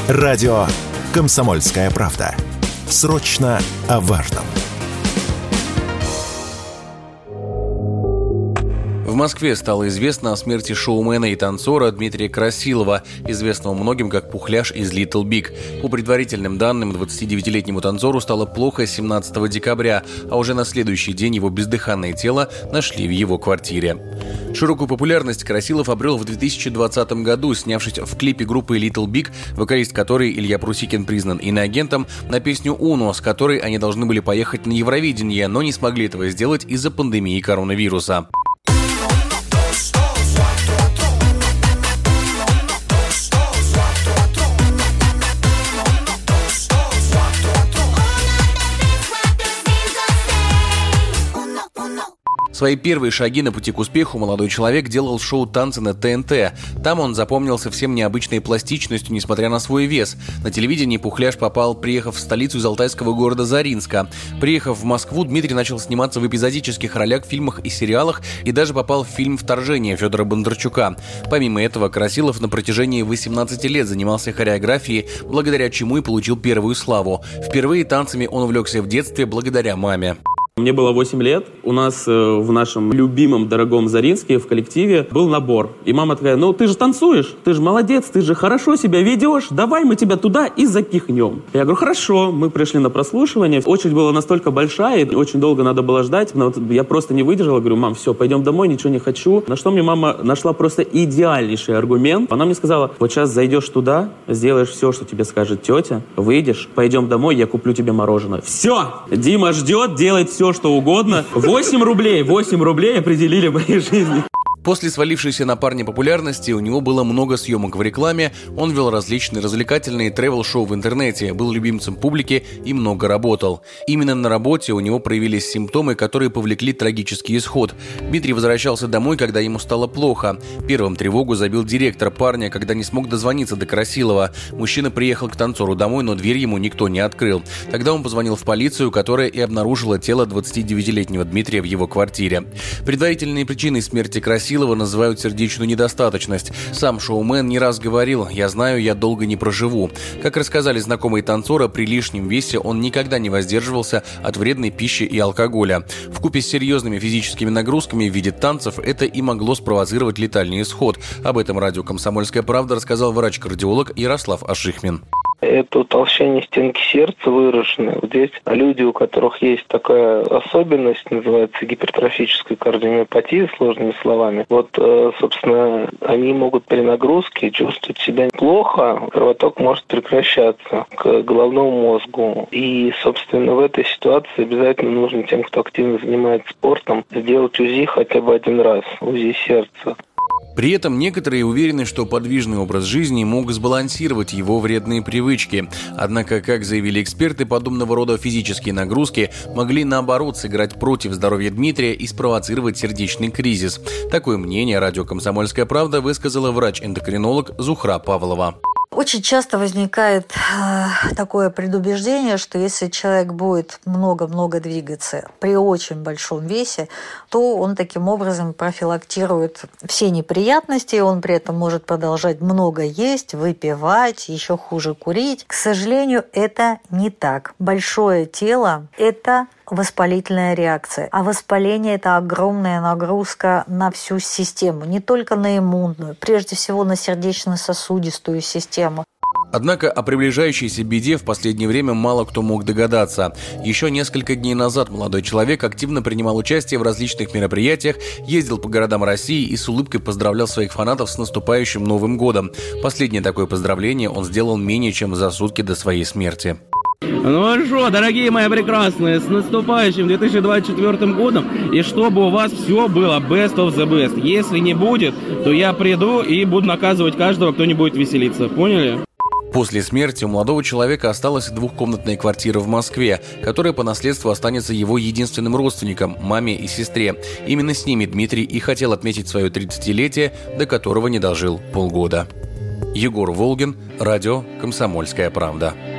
Радио «Комсомольская правда». Срочно о важном. В Москве стало известно о смерти шоумена и танцора Дмитрия Красилова, известного многим как Пухляш из Little Big. По предварительным данным, 29-летнему танцору стало плохо 17 декабря, а уже на следующий день его бездыханное тело нашли в его квартире. Широкую популярность Красилов обрел в 2020 году, снявшись в клипе группы Little Big, вокалист которой Илья Прусикин признан иноагентом, на песню «Уно», с которой они должны были поехать на Евровидение, но не смогли этого сделать из-за пандемии коронавируса. Свои первые шаги на пути к успеху молодой человек делал в шоу «Танцы» на ТНТ. Там он запомнился всем необычной пластичностью, несмотря на свой вес. На телевидении Пухляш попал, приехав в столицу из алтайского города Заринска. Приехав в Москву, Дмитрий начал сниматься в эпизодических ролях в фильмах и сериалах и даже попал в фильм «Вторжение» Федора Бондарчука. Помимо этого, Красилов на протяжении 18 лет занимался хореографией, благодаря чему и получил первую славу. Впервые танцами он увлекся в детстве благодаря маме. Мне было 8 лет. У нас в нашем любимом, дорогом Заринске в коллективе был набор. И мама такая: ну ты же танцуешь, ты же молодец, ты же хорошо себя ведешь, давай мы тебя туда и запихнем. Я говорю: хорошо. Мы пришли на прослушивание. Очередь была настолько большая, и очень долго надо было ждать. Но вот я просто не выдержал. Говорю: мам, все, пойдем домой, ничего не хочу. На что мне мама нашла просто идеальнейший аргумент. Она мне сказала: вот сейчас зайдешь туда, сделаешь все, что тебе скажет тетя, выйдешь, пойдем домой, я куплю тебе мороженое. Все! Дима ждет, делает все, что угодно. 8 рублей определили в моей жизни. После свалившейся на парня популярности у него было много съемок в рекламе, он вел различные развлекательные тревел-шоу в интернете, был любимцем публики и много работал. Именно на работе у него проявились симптомы, которые повлекли трагический исход. Дмитрий возвращался домой, когда ему стало плохо. Первым тревогу забил директор парня, когда не смог дозвониться до Красилова. Мужчина приехал к танцору домой, но дверь ему никто не открыл. Тогда он позвонил в полицию, которая и обнаружила тело 29-летнего Дмитрия в его квартире. Предварительные причины смерти Красилова называют сердечную недостаточность. Сам шоумен не раз говорил: «Я знаю, я долго не проживу». Как рассказали знакомые танцора, при лишнем весе он никогда не воздерживался от вредной пищи и алкоголя. Вкупе с серьезными физическими нагрузками в виде танцев это и могло спровоцировать летальный исход. Об этом радио «Комсомольская правда» рассказал врач-кардиолог Ярослав Ашихмин. Это утолщение стенки сердца выраженное. Здесь люди, у которых есть такая особенность, называется гипертрофическая кардиомиопатия, сложными словами. Вот, собственно, они могут при нагрузке чувствовать себя плохо, кровоток может прекращаться к головному мозгу. И, собственно, в этой ситуации обязательно нужно тем, кто активно занимается спортом, сделать УЗИ хотя бы один раз, УЗИ сердца. При этом некоторые уверены, что подвижный образ жизни мог сбалансировать его вредные привычки. Однако, как заявили эксперты, подобного рода физические нагрузки могли наоборот сыграть против здоровья Дмитрия и спровоцировать сердечный кризис. Такое мнение радио «Комсомольская правда» высказала врач-эндокринолог Зухра Павлова. Очень часто возникает такое предубеждение, что если человек будет много-много двигаться при очень большом весе, то он таким образом профилактирует все неприятности, он при этом может продолжать много есть, выпивать, еще хуже курить. К сожалению, это не так. Большое тело – это воспалительная реакция. А воспаление – это огромная нагрузка на всю систему, не только на иммунную, прежде всего на сердечно-сосудистую систему. Однако о приближающейся беде в последнее время мало кто мог догадаться. Еще несколько дней назад молодой человек активно принимал участие в различных мероприятиях, ездил по городам России и с улыбкой поздравлял своих фанатов с наступающим Новым годом. Последнее такое поздравление он сделал менее чем за сутки до своей смерти. Ну что, дорогие мои прекрасные, с наступающим 2024 годом, и чтобы у вас все было best of the best. Если не будет, то я приду и буду наказывать каждого, кто не будет веселиться. Поняли? После смерти у молодого человека осталась двухкомнатная квартира в Москве, которая по наследству останется его единственным родственникам, маме и сестре. Именно с ними Дмитрий и хотел отметить свое 30-летие, до которого не дожил полгода. Егор Волгин, радио «Комсомольская правда».